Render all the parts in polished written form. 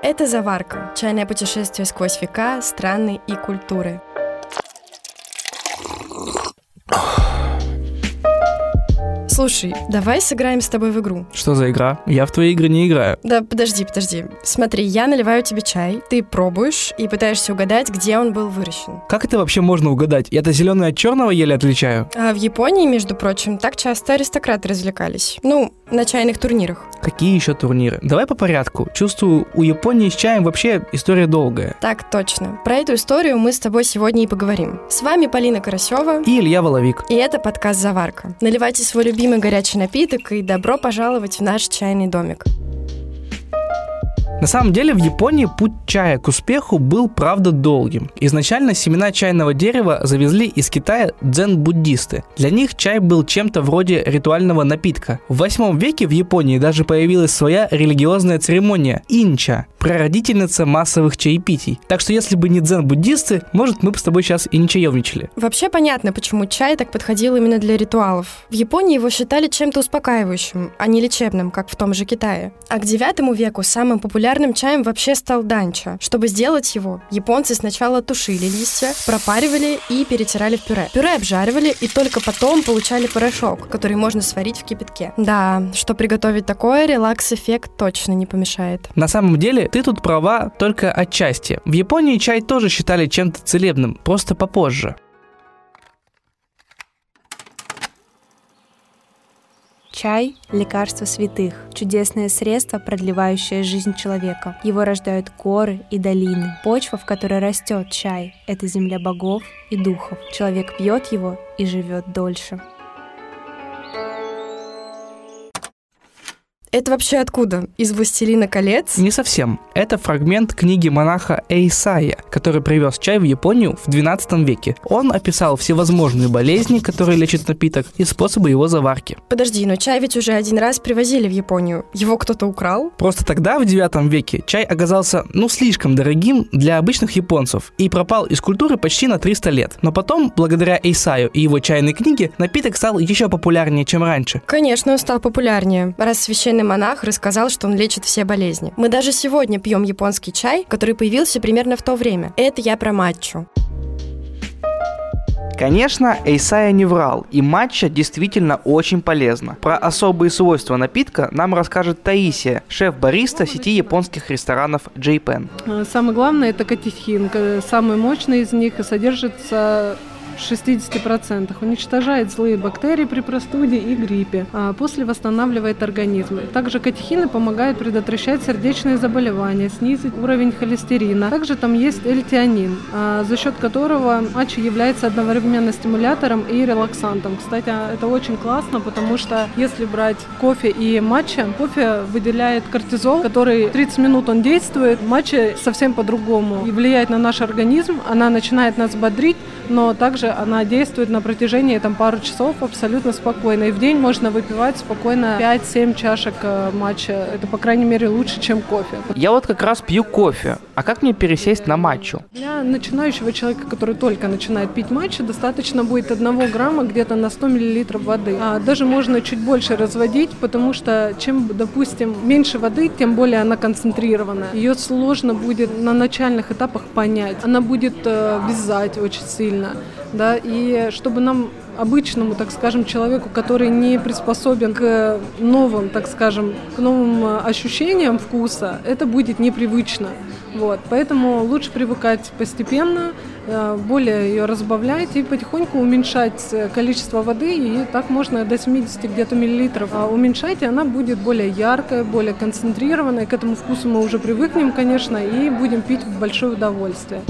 Это «Заварка» – чайное путешествие сквозь века, страны и культуры. Слушай, давай сыграем с тобой в игру. Что за игра? Я в твои игры не играю. Да, подожди. Смотри, я наливаю тебе чай, ты пробуешь и пытаешься угадать, где он был выращен. Как это вообще можно угадать? Я-то зеленое от черного еле отличаю. А в Японии, между прочим, так часто аристократы развлекались. На чайных турнирах. Какие еще турниры? Давай по порядку. Чувствую, у Японии с чаем вообще история долгая. Так точно. Про эту историю мы с тобой сегодня и поговорим. С вами Полина Карасева и Илья Воловик. И это подкаст «Заварка». Наливайте свой любимый горячий напиток и добро пожаловать в наш чайный домик. На самом деле в Японии путь чая к успеху был, правда, долгим. Изначально семена чайного дерева завезли из Китая дзен-буддисты. Для них чай был чем-то вроде ритуального напитка. В 8 веке в Японии даже появилась своя религиозная церемония – инча, прародительница массовых чаепитий. Так что если бы не дзен-буддисты, может, мы бы с тобой сейчас и не чаевничали. Вообще понятно, почему чай так подходил именно для ритуалов. В Японии его считали чем-то успокаивающим, а не лечебным, как в том же Китае. А к IX веку самым популярным чаем вообще стал данча. Чтобы сделать его, японцы сначала тушили листья, пропаривали и перетирали в пюре. Пюре обжаривали и только потом получали порошок, который можно сварить в кипятке. Да, что приготовить такое, релакс-эффект точно не помешает. На самом деле, ты тут права только отчасти. В Японии чай тоже считали чем-то целебным, просто попозже. Чай – лекарство святых, чудесное средство, продлевающее жизнь человека. Его рождают горы и долины. Почва, в которой растет чай – это земля богов и духов. Человек пьет его и живет дольше. Это вообще откуда? Из «Властелина колец»? Не совсем. Это фрагмент книги монаха Эйсая, который привез чай в Японию в XII веке. Он описал всевозможные болезни, которые лечат напиток, и способы его заварки. Подожди, но чай ведь уже один раз привозили в Японию. Его кто-то украл? Просто тогда, в IX веке, чай оказался, слишком дорогим для обычных японцев и пропал из культуры почти на 300 лет. Но потом, благодаря Эйсаю и его чайной книге, напиток стал еще популярнее, чем раньше. Конечно, он стал популярнее, раз священный монах рассказал, что он лечит все болезни. Мы даже сегодня пьем японский чай, который появился примерно в то время. Это я про матчу. Конечно, Эйсая не врал, и матча действительно очень полезна. Про особые свойства напитка нам расскажет Таисия, шеф-бариста сети японских ресторанов J-Pen. Самое главное – это катехин. Самый мощный из них и содержится в 60%. Уничтожает злые бактерии при простуде и гриппе, а после восстанавливает организм. Также катехины помогают предотвращать сердечные заболевания, снизить уровень холестерина. Также там есть L-тианин, за счет которого матча является одновременно стимулятором и релаксантом. Кстати, это очень классно, потому что если брать кофе и матча, кофе выделяет кортизол, который 30 минут он действует, матча совсем по-другому и влияет на наш организм, она начинает нас бодрить, но также она действует на протяжении пару часов абсолютно спокойно. И в день можно выпивать спокойно 5-7 чашек матча. Это, по крайней мере, лучше, чем кофе. Я вот как раз пью кофе. А как мне пересесть на матчу? Для начинающего человека, который только начинает пить матчу, достаточно будет 1 грамма где-то на 100 мл воды. Даже можно чуть больше разводить, потому что чем, допустим, меньше воды, тем более она концентрирована. Ее сложно будет на начальных этапах понять. Она будет вязать очень сильно. Да, и чтобы нам, обычному, так скажем, человеку, который не приспособен к новым, так скажем, к новым ощущениям вкуса, это будет непривычно. Поэтому лучше привыкать постепенно, более ее разбавлять и потихоньку уменьшать количество воды, и так можно до 70 где-то миллилитров уменьшать, и она будет более яркая, более концентрированная. К этому вкусу мы уже привыкнем, конечно, и будем пить в большое удовольствие.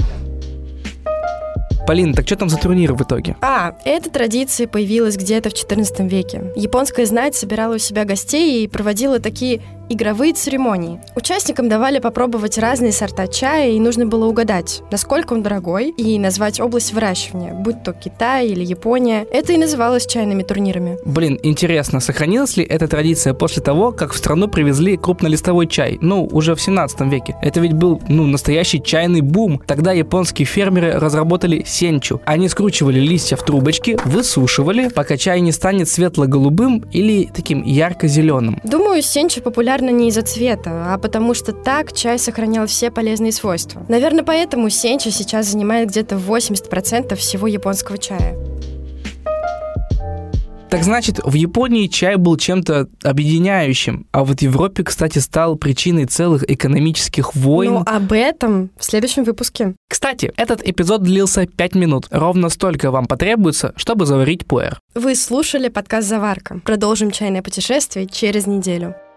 Полина, так что там за турнир в итоге? Эта традиция появилась где-то в XIV веке. Японская знать собирала у себя гостей и проводила такие игровые церемонии. Участникам давали попробовать разные сорта чая, и нужно было угадать, насколько он дорогой, и назвать область выращивания, будь то Китай или Япония. Это и называлось чайными турнирами. Интересно, сохранилась ли эта традиция после того, как в страну привезли крупнолистовой чай? Уже в 17 веке. Это ведь был, настоящий чайный бум. Тогда японские фермеры разработали сенчу. Они скручивали листья в трубочки, высушивали, пока чай не станет светло-голубым или таким ярко-зеленым. Думаю, сенчу популярна не из-за цвета, а потому что так чай сохранял все полезные свойства. Наверное, поэтому сенчу сейчас занимает где-то 80% всего японского чая. Так значит, в Японии чай был чем-то объединяющим, а вот в Европе, кстати, стал причиной целых экономических войн. Но об этом в следующем выпуске. Кстати, этот эпизод длился 5 минут. Ровно столько вам потребуется, чтобы заварить пуэр. Вы слушали подкаст «Заварка». Продолжим чайное путешествие через неделю.